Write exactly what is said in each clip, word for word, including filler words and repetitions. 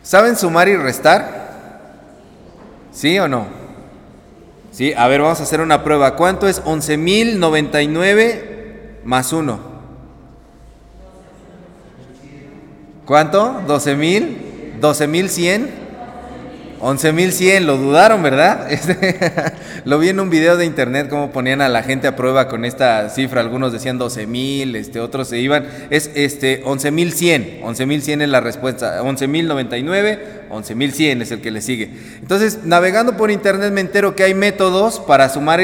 ¿Saben sumar y restar? ¿Sí o no? Sí, a ver, vamos a hacer una prueba. ¿Cuánto es once mil noventa y nueve más uno? ¿Cuánto? ¿doce mil? ¿doce mil cien? once mil cien, lo dudaron, ¿verdad? Este, lo vi en un video de internet cómo ponían a la gente a prueba con esta cifra. Algunos decían doce mil, este, otros se iban. Es este once mil cien, once mil cien es la respuesta. once mil noventa y nueve, once mil cien es el que le sigue. Entonces, navegando por internet me entero que hay métodos para sumar y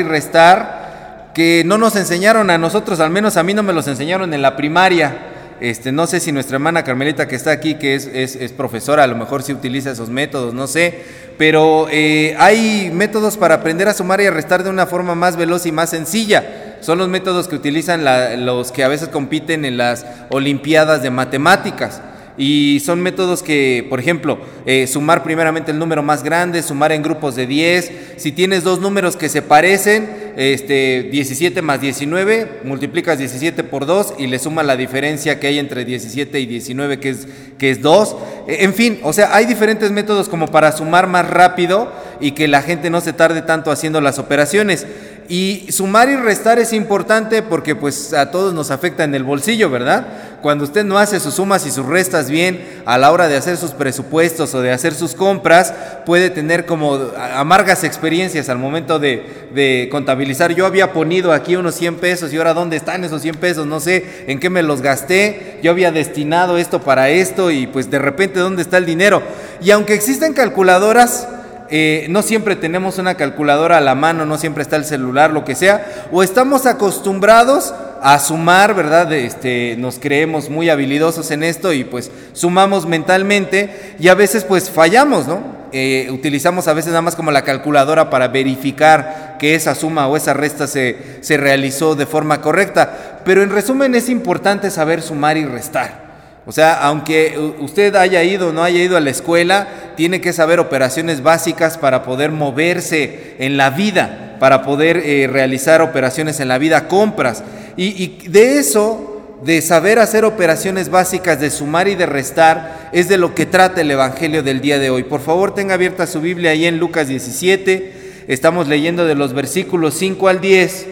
restar que no nos enseñaron a nosotros, al menos a mí no me los enseñaron en la primaria. Este, no sé si nuestra hermana Carmelita que está aquí, que es, es, es profesora, a lo mejor sí utiliza esos métodos, no sé, pero eh, hay métodos para aprender a sumar y a restar de una forma más veloz y más sencilla. Son los métodos que utilizan la, los que a veces compiten en las olimpiadas de matemáticas. Y son métodos que, por ejemplo, eh, sumar primeramente el número más grande, sumar en grupos de diez. Si tienes dos números que se parecen, este, diecisiete más diecinueve, multiplicas diecisiete por dos y le sumas la diferencia que hay entre diecisiete y diecinueve, que es, que es dos. En fin, o sea, hay diferentes métodos como para sumar más rápido y que la gente no se tarde tanto haciendo las operaciones. Y sumar y restar es importante porque pues a todos nos afecta en el bolsillo, ¿verdad? Cuando usted no hace sus sumas y sus restas bien a la hora de hacer sus presupuestos o de hacer sus compras, puede tener como amargas experiencias al momento de, de contabilizar. Yo había ponido aquí unos cien pesos y ahora ¿dónde están esos cien pesos? No sé en qué me los gasté. Yo había destinado esto para esto y pues de repente ¿dónde está el dinero? Y aunque existen calculadoras, Eh, no siempre tenemos una calculadora a la mano, no siempre está el celular, lo que sea, o estamos acostumbrados a sumar, ¿verdad? Este, nos creemos muy habilidosos en esto y pues sumamos mentalmente y a veces pues fallamos, ¿no? Eh, utilizamos a veces nada más como la calculadora para verificar que esa suma o esa resta se, se realizó de forma correcta, pero en resumen es importante saber sumar y restar. O sea, aunque usted haya ido o no haya ido a la escuela, tiene que saber operaciones básicas para poder moverse en la vida, para poder eh, realizar operaciones en la vida, compras. Y, y de eso, de saber hacer operaciones básicas, de sumar y de restar, es de lo que trata el Evangelio del día de hoy. Por favor, tenga abierta su Biblia ahí en Lucas diecisiete. Estamos leyendo de los versículos cinco al diez.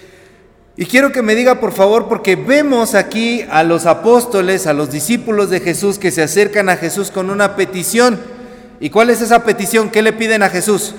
Y quiero que me diga por favor, porque vemos aquí a los apóstoles, a los discípulos de Jesús que se acercan a Jesús con una petición. ¿Y cuál es esa petición? ¿Qué le piden a Jesús?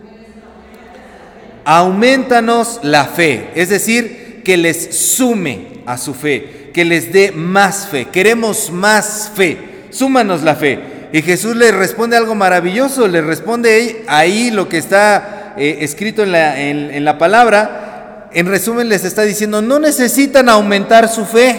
Aumentanos la fe, es decir, que les sume a su fe, que les dé más fe. Queremos más fe, súmanos la fe. Y Jesús les responde algo maravilloso, les responde ahí lo que está eh, escrito en la, en, en la palabra. En resumen les está diciendo, no necesitan aumentar su fe,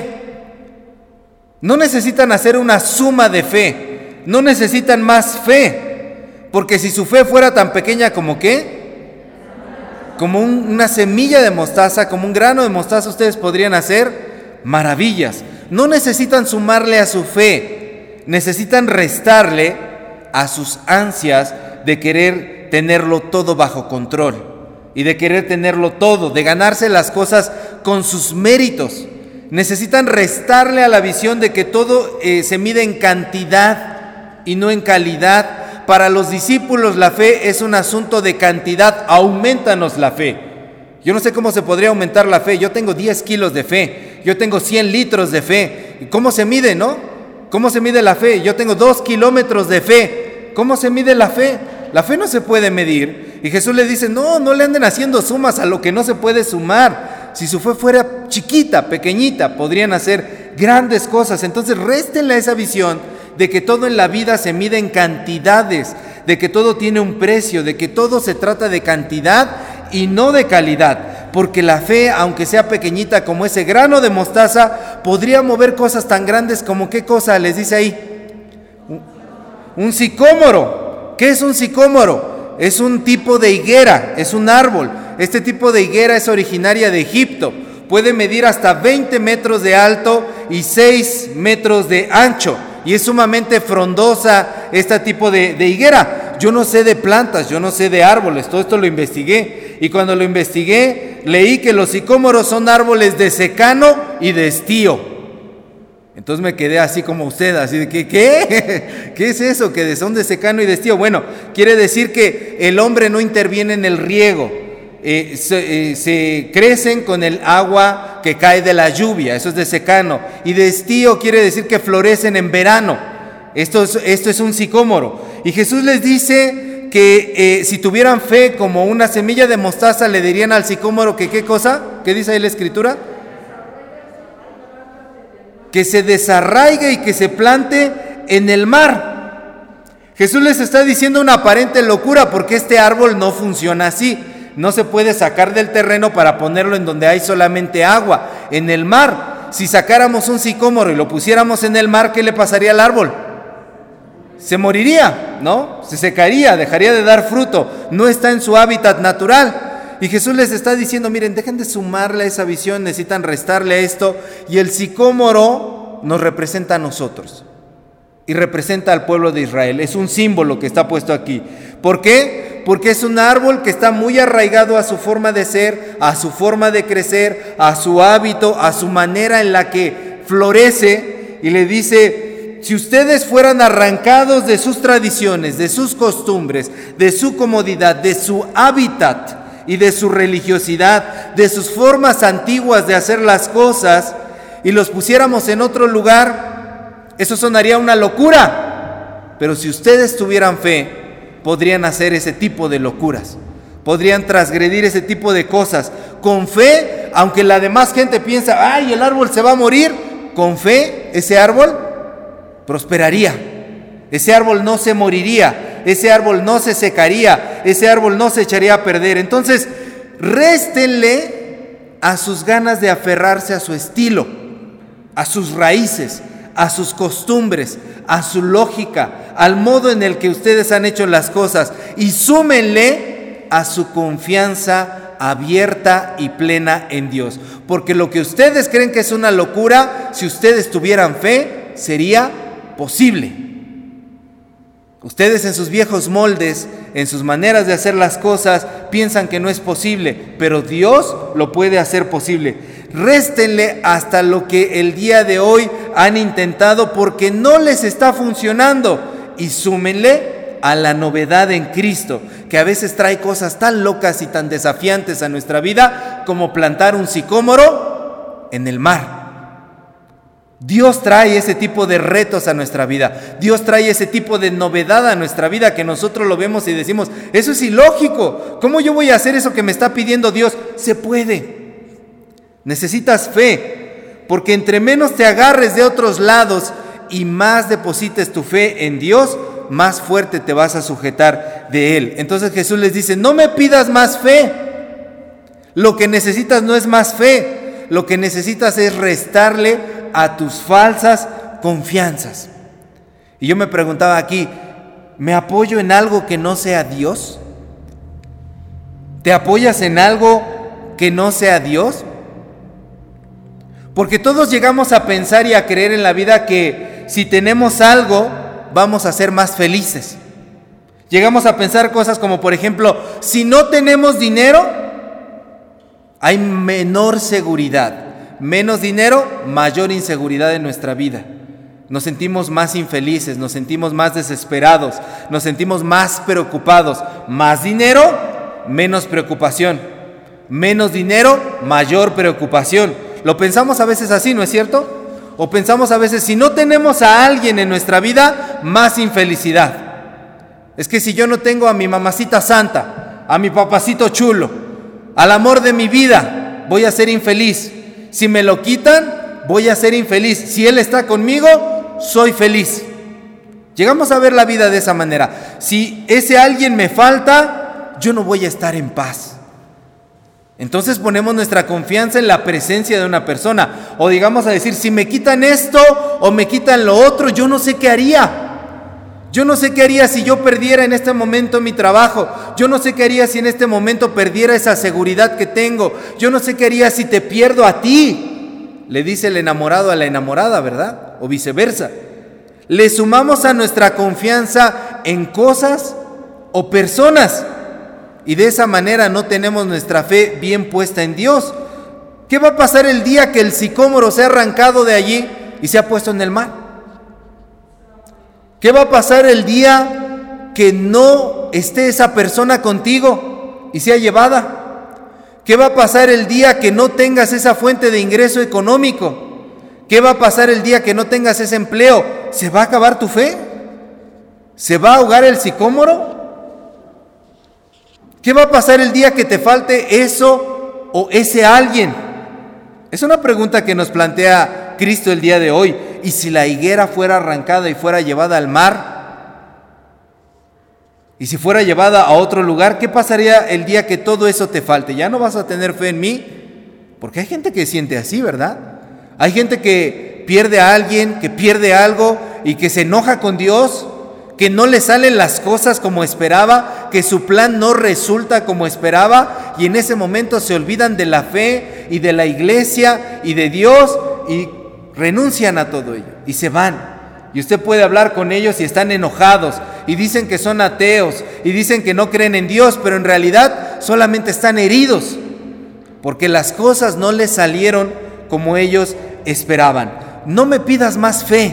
no necesitan hacer una suma de fe, no necesitan más fe, porque si su fe fuera tan pequeña como ¿qué? Como un, una semilla de mostaza, como un grano de mostaza, ustedes podrían hacer maravillas. No necesitan sumarle a su fe, necesitan restarle a sus ansias de querer tenerlo todo bajo control. Y de querer tenerlo todo, de ganarse las cosas con sus méritos. Necesitan restarle a la visión de que todo eh, se mide en cantidad y no en calidad. Para los discípulos la fe es un asunto de cantidad. Aumentanos la fe. Yo no sé cómo se podría aumentar la fe. Yo tengo diez kilos de fe. Yo tengo cien litros de fe. ¿Cómo se mide, no? ¿Cómo se mide la fe? Yo tengo dos kilómetros de fe. ¿Cómo se mide la fe? La fe no se puede medir. Y Jesús le dice, no, no le anden haciendo sumas a lo que no se puede sumar. Si su fe fuera chiquita, pequeñita, podrían hacer grandes cosas. Entonces réstenle esa visión de que todo en la vida se mide en cantidades, de que todo tiene un precio, de que todo se trata de cantidad y no de calidad. Porque la fe, aunque sea pequeñita como ese grano de mostaza, podría mover cosas tan grandes como ¿qué cosa les dice ahí? Un sicómoro. ¿Qué es un sicómoro? Es un tipo de higuera, es un árbol. Este tipo de higuera es originaria de Egipto. Puede medir hasta veinte metros de alto y seis metros de ancho. Y es sumamente frondosa este tipo de, de higuera. Yo no sé de plantas, yo no sé de árboles, todo esto lo investigué. Y cuando lo investigué, leí que los sicómoros son árboles de secano y de estío. Entonces me quedé así como usted, así de que, ¿qué? ¿Qué es eso? Que son de secano y de estío. Bueno, quiere decir que el hombre no interviene en el riego. Eh, se, eh, se crecen con el agua que cae de la lluvia, eso es de secano. Y de estío quiere decir que florecen en verano. Esto es, esto es un sicómoro. Y Jesús les dice que eh, si tuvieran fe como una semilla de mostaza, le dirían al sicómoro que ¿qué cosa? ¿Qué dice ahí la Escritura? Que se desarraigue y que se plante en el mar. Jesús les está diciendo una aparente locura porque este árbol no funciona así. No se puede sacar del terreno para ponerlo en donde hay solamente agua, en el mar. Si sacáramos un sicómoro y lo pusiéramos en el mar, ¿qué le pasaría al árbol? Se moriría, ¿no? Se secaría, dejaría de dar fruto. No está en su hábitat natural. Y Jesús les está diciendo, miren, dejen de sumarle a esa visión, necesitan restarle a esto. Y el sicómoro nos representa a nosotros. Y representa al pueblo de Israel. Es un símbolo que está puesto aquí. ¿Por qué? Porque es un árbol que está muy arraigado a su forma de ser, a su forma de crecer, a su hábito, a su manera en la que florece. Y le dice, si ustedes fueran arrancados de sus tradiciones, de sus costumbres, de su comodidad, de su hábitat y de su religiosidad, de sus formas antiguas de hacer las cosas, y los pusiéramos en otro lugar, eso sonaría una locura. Pero si ustedes tuvieran fe, podrían hacer ese tipo de locuras, podrían transgredir ese tipo de cosas. Con fe, aunque la demás gente piensa, ay, el árbol se va a morir, con fe, ese árbol prosperaría. Ese árbol no se moriría, ese árbol no se secaría, ese árbol no se echaría a perder. Entonces, réstenle a sus ganas de aferrarse a su estilo, a sus raíces, a sus costumbres, a su lógica, al modo en el que ustedes han hecho las cosas, y súmenle a su confianza abierta y plena en Dios. Porque lo que ustedes creen que es una locura, si ustedes tuvieran fe, sería posible. Ustedes en sus viejos moldes, en sus maneras de hacer las cosas, piensan que no es posible, pero Dios lo puede hacer posible. Réstenle hasta lo que el día de hoy han intentado porque no les está funcionando, y súmenle a la novedad en Cristo, que a veces trae cosas tan locas y tan desafiantes a nuestra vida como plantar un sicómoro en el mar. Dios trae ese tipo de retos a nuestra vida. Dios trae ese tipo de novedad a nuestra vida que nosotros lo vemos y decimos, eso es ilógico. ¿Cómo yo voy a hacer eso que me está pidiendo Dios? Se puede. Necesitas fe, porque entre menos te agarres de otros lados y más deposites tu fe en Dios, más fuerte te vas a sujetar de Él. Entonces Jesús les dice, no me pidas más fe. Lo que necesitas no es más fe. Lo que necesitas es restarle a tus falsas confianzas. Y yo me preguntaba aquí, ¿me apoyo en algo que no sea Dios? ¿Te apoyas en algo que no sea Dios? Porque todos llegamos a pensar y a creer en la vida que si tenemos algo, vamos a ser más felices. Llegamos a pensar cosas como, por ejemplo, si no tenemos dinero, hay menor seguridad. Menos dinero, mayor inseguridad en nuestra vida. Nos sentimos más infelices, nos sentimos más desesperados, nos sentimos más preocupados. Más dinero, menos preocupación. Menos dinero, mayor preocupación. Lo pensamos a veces así, ¿no es cierto? O pensamos a veces, si no tenemos a alguien en nuestra vida, más infelicidad. Es que si yo no tengo a mi mamacita santa, a mi papacito chulo, al amor de mi vida, voy a ser infeliz. Si me lo quitan, voy a ser infeliz. Si Él está conmigo, soy feliz. Llegamos a ver la vida de esa manera. Si ese alguien me falta, yo no voy a estar en paz. Entonces ponemos nuestra confianza en la presencia de una persona. O digamos a decir, si me quitan esto o me quitan lo otro, yo no sé qué haría. Yo no sé qué haría si yo perdiera en este momento mi trabajo. Yo no sé qué haría si en este momento perdiera esa seguridad que tengo. Yo no sé qué haría si te pierdo a ti. Le dice el enamorado a la enamorada, ¿verdad? O viceversa. Le sumamos a nuestra confianza en cosas o personas. Y de esa manera no tenemos nuestra fe bien puesta en Dios. ¿Qué va a pasar el día que el sicómoro sea arrancado de allí? y se ha puesto en el mar? ¿Qué va a pasar el día que no esté esa persona contigo y sea llevada? ¿Qué va a pasar el día que no tengas esa fuente de ingreso económico? ¿Qué va a pasar el día que no tengas ese empleo? ¿Se va a acabar tu fe? ¿Se va a ahogar el sicómoro? ¿Qué va a pasar el día que te falte eso o ese alguien? Es una pregunta que nos plantea Cristo el día de hoy. ¿Y si la higuera fuera arrancada y fuera llevada al mar? ¿Y si fuera llevada a otro lugar? ¿Qué pasaría el día que todo eso te falte? ¿Ya no vas a tener fe en mí? Porque hay gente que siente así, ¿verdad? Hay gente que pierde a alguien, que pierde algo y que se enoja con Dios, que no le salen las cosas como esperaba, que su plan no resulta como esperaba, y en ese momento se olvidan de la fe y de la iglesia y de Dios y renuncian a todo ello y se van. Y usted puede hablar con ellos y están enojados y dicen que son ateos y dicen que no creen en Dios, pero en realidad solamente están heridos porque las cosas no les salieron como ellos esperaban. No me pidas más fe.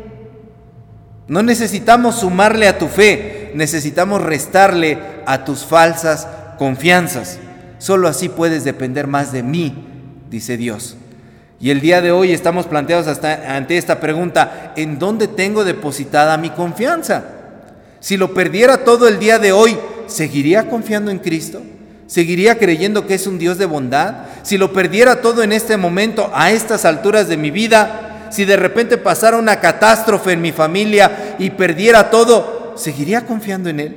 No necesitamos sumarle a tu fe, necesitamos restarle a tus falsas confianzas. Solo así puedes depender más de mí, dice Dios. Y el día de hoy estamos planteados hasta ante esta pregunta: ¿en dónde tengo depositada mi confianza? Si lo perdiera todo el día de hoy, ¿seguiría confiando en Cristo? ¿Seguiría creyendo que es un Dios de bondad? Si lo perdiera todo en este momento, a estas alturas de mi vida, si de repente pasara una catástrofe en mi familia y perdiera todo, ¿seguiría confiando en Él?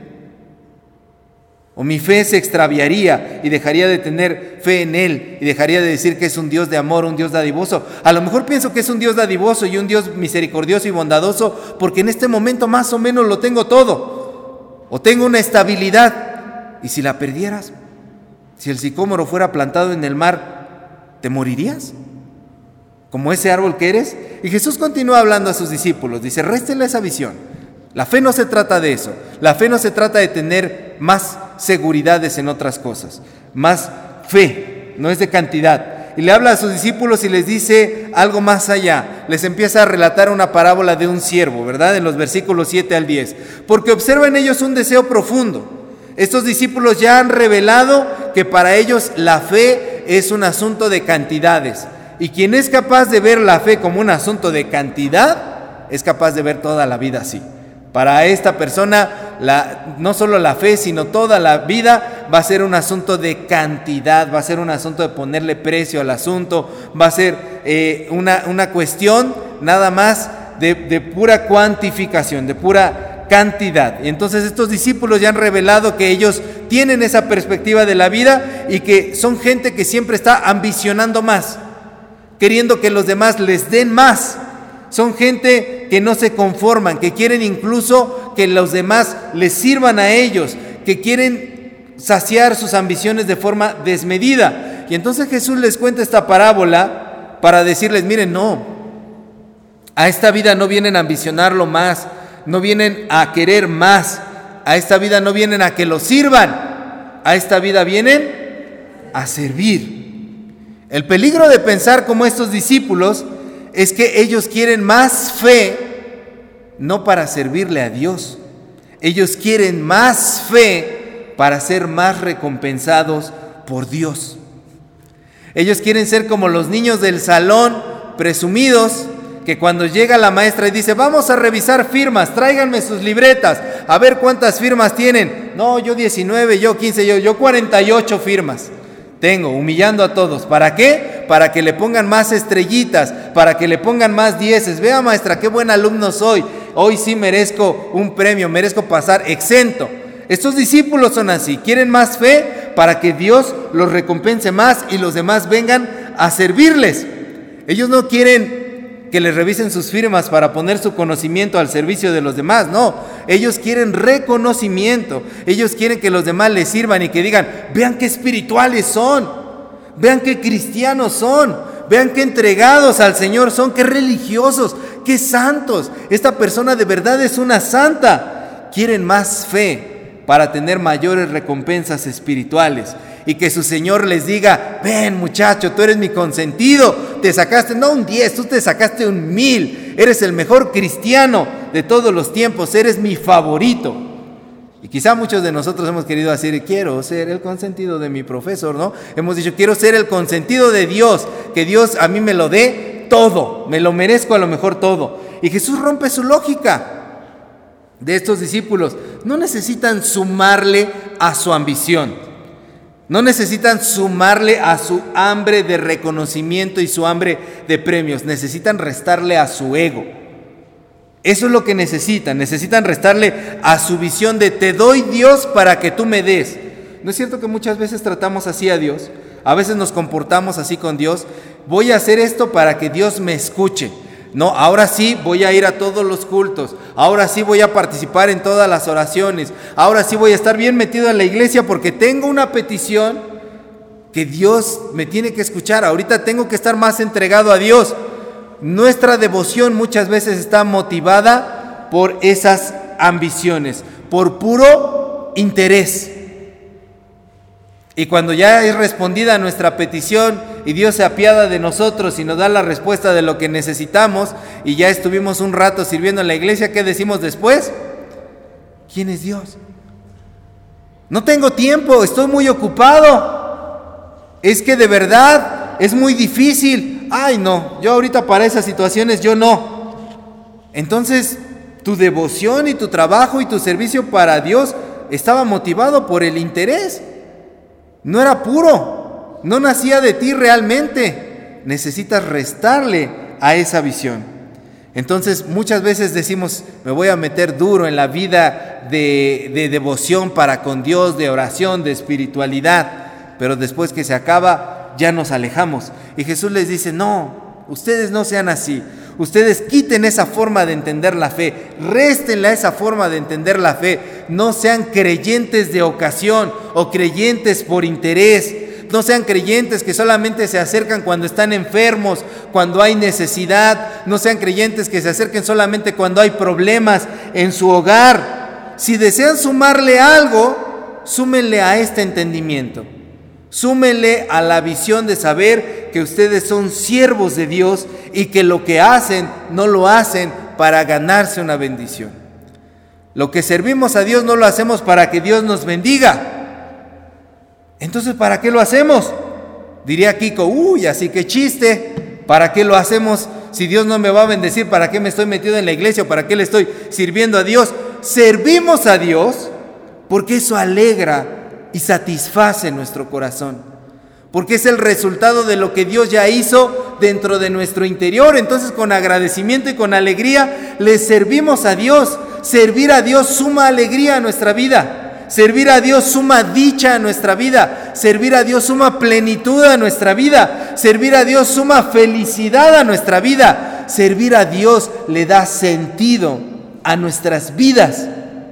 ¿O mi fe se extraviaría y dejaría de tener fe en Él y dejaría de decir que es un Dios de amor, un Dios dadivoso? A lo mejor pienso que es un Dios dadivoso y un Dios misericordioso y bondadoso porque en este momento más o menos lo tengo todo, o tengo una estabilidad. ¿Y si la perdieras? Si el sicómoro fuera plantado en el mar, ¿te morirías? ¿Como ese árbol que eres? Y Jesús continúa hablando a sus discípulos, dice: réstenle esa visión. La fe no se trata de eso. La fe no se trata de tener más seguridades en otras cosas, más fe, no es de cantidad. Y le habla a sus discípulos y les dice algo más allá. Les empieza a relatar una parábola de un siervo, ¿verdad? En los versículos siete al diez. Porque observa en ellos un deseo profundo. Estos discípulos ya han revelado que para ellos la fe es un asunto de cantidades. Y quien es capaz de ver la fe como un asunto de cantidad, es capaz de ver toda la vida así. Para esta persona, la, no solo la fe, sino toda la vida va a ser un asunto de cantidad, va a ser un asunto de ponerle precio al asunto, va a ser eh, una, una cuestión nada más de, de pura cuantificación, de pura cantidad. Y entonces estos discípulos ya han revelado que ellos tienen esa perspectiva de la vida y que son gente que siempre está ambicionando más, queriendo que los demás les den más. Son gente que no se conforman, que quieren incluso que los demás les sirvan a ellos, que quieren saciar sus ambiciones de forma desmedida. Y entonces Jesús les cuenta esta parábola para decirles: miren, no, a esta vida no vienen a ambicionarlo más, no vienen a querer más, a esta vida no vienen a que lo sirvan, a esta vida vienen a servir. El peligro de pensar como estos discípulos es que ellos quieren más fe, no para servirle a Dios. Ellos quieren más fe para ser más recompensados por Dios. Ellos quieren ser como los niños del salón, presumidos, que cuando llega la maestra y dice: vamos a revisar firmas, tráiganme sus libretas, a ver cuántas firmas tienen. No, yo diecinueve, yo quince, yo, yo cuarenta y ocho firmas tengo, humillando a todos. ¿Para qué? Para que le pongan más estrellitas, para que le pongan más dieces. Vea, maestra, qué buen alumno soy. Hoy sí merezco un premio, merezco pasar exento. Estos discípulos son así, quieren más fe para que Dios los recompense más y los demás vengan a servirles. Ellos no quieren que les revisen sus firmas para poner su conocimiento al servicio de los demás, no. Ellos quieren reconocimiento, ellos quieren que los demás les sirvan y que digan: vean qué espirituales son, vean qué cristianos son, vean qué entregados al Señor son, qué religiosos, qué santos. Esta persona de verdad es una santa. Quieren más fe para tener mayores recompensas espirituales. y que su Señor les diga: ven muchacho, tú eres mi consentido, te sacaste no un diez, tú te sacaste un mil, eres el mejor cristiano de todos los tiempos, eres mi favorito. Y quizá muchos de nosotros hemos querido decir: quiero ser el consentido de mi profesor, ¿no? Hemos dicho: quiero ser el consentido de Dios, que Dios a mí me lo dé todo, me lo merezco a lo mejor todo. Y Jesús rompe su lógica de estos discípulos. No necesitan sumarle a su ambición, no necesitan sumarle a su hambre de reconocimiento y su hambre de premios, necesitan restarle a su ego. Eso es lo que necesitan, necesitan restarle a su visión de: te doy, Dios, para que tú me des. ¿No es cierto que muchas veces tratamos así a Dios? A veces nos comportamos así con Dios: voy a hacer esto para que Dios me escuche. No, ahora sí voy a ir a todos los cultos, ahora sí voy a participar en todas las oraciones, ahora sí voy a estar bien metido en la iglesia porque tengo una petición que Dios me tiene que escuchar. Ahorita tengo que estar más entregado a Dios. Nuestra devoción muchas veces está motivada por esas ambiciones, por puro interés. Y cuando ya es respondida nuestra petición y Dios se apiada de nosotros y nos da la respuesta de lo que necesitamos, y ya estuvimos un rato sirviendo en la iglesia, ¿qué decimos después? ¿Quién es Dios? No tengo tiempo, estoy muy ocupado. Es que de verdad es muy difícil. Ay, no, yo ahorita para esas situaciones yo no. Entonces, tu devoción y tu trabajo y tu servicio para Dios estaba motivado por el interés. No era puro, no nacía de ti realmente. Necesitas restarle a esa visión. Entonces muchas veces decimos: me voy a meter duro en la vida de, de devoción para con Dios, de oración, de espiritualidad, pero después que se acaba ya nos alejamos. Y Jesús les dice: no, ustedes no sean así. Ustedes quiten esa forma de entender la fe, réstenle a esa forma de entender la fe. No sean creyentes de ocasión o creyentes por interés. No sean creyentes que solamente se acercan cuando están enfermos, cuando hay necesidad. No sean creyentes que se acerquen solamente cuando hay problemas en su hogar. Si desean sumarle algo, súmenle a este entendimiento. Súmenle a la visión de saber que ustedes son siervos de Dios y que lo que hacen no lo hacen para ganarse una bendición. Lo que servimos a Dios no lo hacemos para que Dios nos bendiga. Entonces, ¿para qué lo hacemos? Diría Kiko: uy, así que chiste. ¿Para qué lo hacemos si Dios no me va a bendecir? ¿Para qué me estoy metido en la iglesia? ¿Para qué le estoy sirviendo a Dios? Servimos a Dios porque eso alegra y satisface nuestro corazón, porque es el resultado de lo que Dios ya hizo dentro de nuestro interior. Entonces, con agradecimiento y con alegría le servimos a Dios. Servir a Dios suma alegría a nuestra vida. Servir a Dios suma dicha a nuestra vida. Servir a Dios suma plenitud a nuestra vida. Servir a Dios suma felicidad a nuestra vida. Servir a Dios le da sentido a nuestras vidas.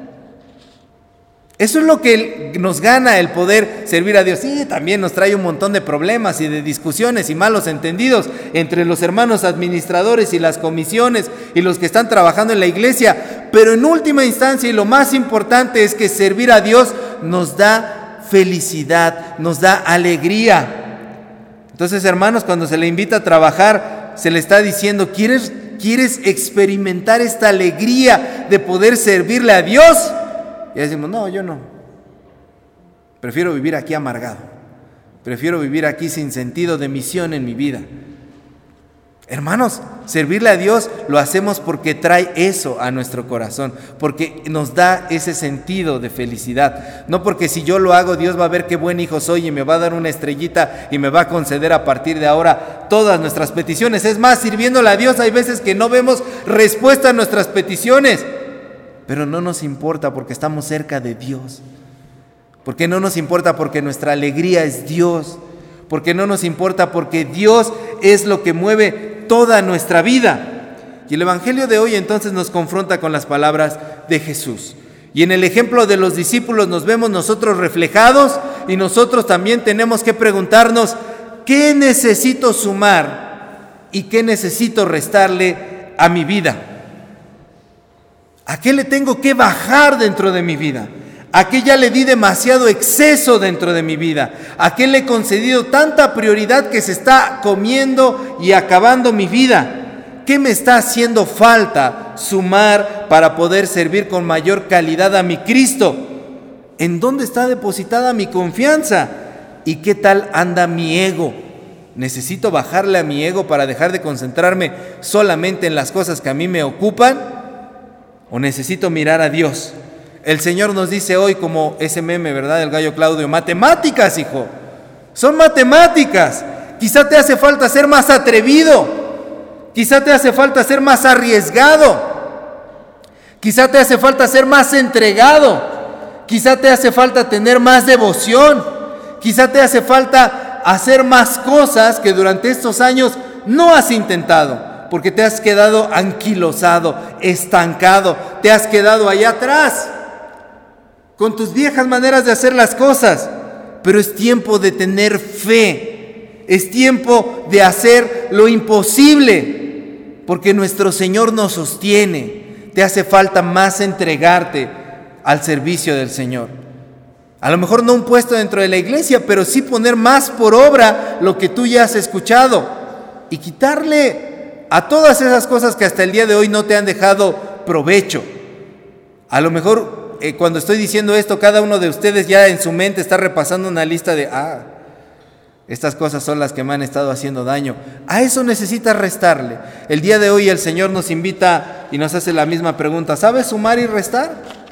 Eso es lo que nos gana el poder servir a Dios. Sí, también nos trae un montón de problemas y de discusiones y malos entendidos entre los hermanos administradores y las comisiones y los que están trabajando en la iglesia. Pero en última instancia, y lo más importante, es que servir a Dios nos da felicidad, nos da alegría. Entonces, hermanos, cuando se le invita a trabajar, se le está diciendo: ¿quieres, quieres experimentar esta alegría de poder servirle a Dios? Y decimos: no, yo no. Prefiero vivir aquí amargado. Prefiero vivir aquí sin sentido de misión en mi vida. Hermanos, servirle a Dios lo hacemos porque trae eso a nuestro corazón, porque nos da ese sentido de felicidad. No porque si yo lo hago, Dios va a ver qué buen hijo soy y me va a dar una estrellita y me va a conceder a partir de ahora todas nuestras peticiones. Es más, sirviéndole a Dios hay veces que no vemos respuesta a nuestras peticiones. Pero no nos importa porque estamos cerca de Dios. Porque no nos importa porque nuestra alegría es Dios. Porque no nos importa porque Dios es lo que mueve toda nuestra vida. Y el Evangelio de hoy entonces nos confronta con las palabras de Jesús. Y en el ejemplo de los discípulos nos vemos nosotros reflejados, y nosotros también tenemos que preguntarnos: ¿qué necesito sumar y qué necesito restarle a mi vida? ¿A qué le tengo que bajar dentro de mi vida? ¿A qué ya le di demasiado exceso dentro de mi vida? ¿A qué le he concedido tanta prioridad que se está comiendo y acabando mi vida? ¿Qué me está haciendo falta sumar para poder servir con mayor calidad a mi Cristo? ¿En dónde está depositada mi confianza? ¿Y qué tal anda mi ego? ¿Necesito bajarle a mi ego para dejar de concentrarme solamente en las cosas que a mí me ocupan? ¿O necesito mirar a Dios? El Señor nos dice hoy, como ese meme, ¿verdad? Del gallo Claudio, matemáticas, hijo. Son matemáticas. Quizá te hace falta ser más atrevido. Quizá te hace falta ser más arriesgado. Quizá te hace falta ser más entregado. Quizá te hace falta tener más devoción. Quizá te hace falta hacer más cosas que durante estos años no has intentado, porque te has quedado anquilosado, estancado, te has quedado allá atrás con tus viejas maneras de hacer las cosas. Pero es tiempo de tener fe, es tiempo de hacer lo imposible, porque nuestro Señor nos sostiene. Te hace falta más entregarte al servicio del Señor. A lo mejor no un puesto dentro de la iglesia, pero sí poner más por obra lo que tú ya has escuchado y quitarle a todas esas cosas que hasta el día de hoy no te han dejado provecho. A lo mejor eh, cuando estoy diciendo esto, cada uno de ustedes ya en su mente está repasando una lista de, ah, estas cosas son las que me han estado haciendo daño. A eso necesitas restarle. El día de hoy el Señor nos invita y nos hace la misma pregunta: ¿sabes sumar y restar?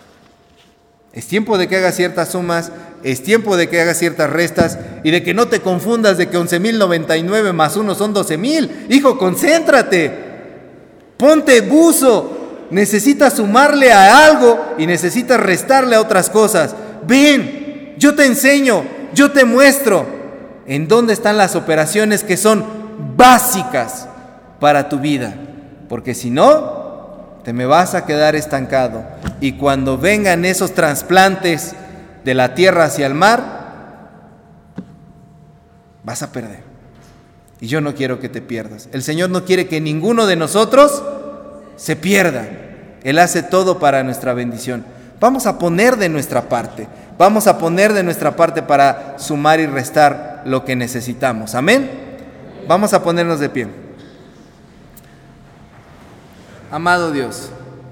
Es tiempo de que hagas ciertas sumas, es tiempo de que hagas ciertas restas y de que no te confundas de que once mil noventa y nueve más uno son doce mil. Hijo, concéntrate, ponte buzo. Necesitas sumarle a algo y necesitas restarle a otras cosas. Ven, yo te enseño, yo te muestro en dónde están las operaciones que son básicas para tu vida, porque si no, te me vas a quedar estancado. Y cuando vengan esos trasplantes de la tierra hacia el mar, vas a perder. Y yo no quiero que te pierdas. El Señor no quiere que ninguno de nosotros se pierda. Él hace todo para nuestra bendición. Vamos a poner de nuestra parte. Vamos a poner de nuestra parte para sumar y restar lo que necesitamos. Amén. Vamos a ponernos de pie. Amado Dios,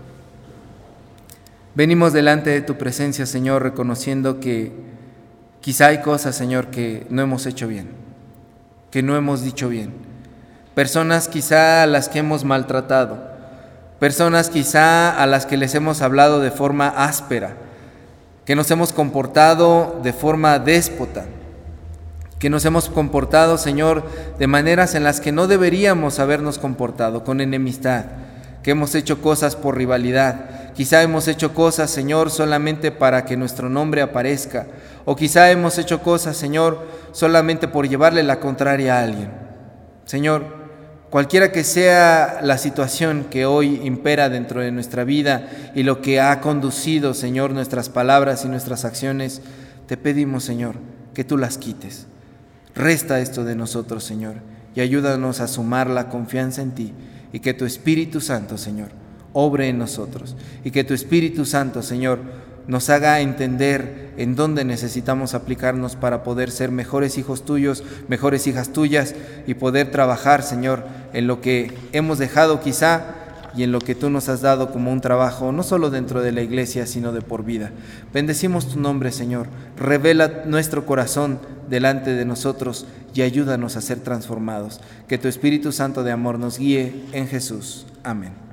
venimos delante de tu presencia, Señor, reconociendo que quizá hay cosas, Señor, que no hemos hecho bien, que no hemos dicho bien. Personas quizá a las que hemos maltratado, personas quizá a las que les hemos hablado de forma áspera, que nos hemos comportado de forma déspota, que nos hemos comportado, Señor, de maneras en las que no deberíamos habernos comportado, con enemistad, que hemos hecho cosas por rivalidad. Quizá hemos hecho cosas, Señor, solamente para que nuestro nombre aparezca, o quizá hemos hecho cosas, Señor, solamente por llevarle la contraria a alguien. Señor, cualquiera que sea la situación que hoy impera dentro de nuestra vida y lo que ha conducido, Señor, nuestras palabras y nuestras acciones, te pedimos, Señor, que tú las quites. Resta esto de nosotros, Señor, y ayúdanos a sumar la confianza en ti, y que tu Espíritu Santo, Señor, obre en nosotros, y que tu Espíritu Santo, Señor, nos haga entender en dónde necesitamos aplicarnos para poder ser mejores hijos tuyos, mejores hijas tuyas, y poder trabajar, Señor, en lo que hemos dejado quizá y en lo que tú nos has dado como un trabajo, no solo dentro de la iglesia, sino de por vida. Bendecimos tu nombre, Señor. Revela nuestro corazón delante de nosotros y ayúdanos a ser transformados. Que tu Espíritu Santo de amor nos guíe en Jesús. Amén.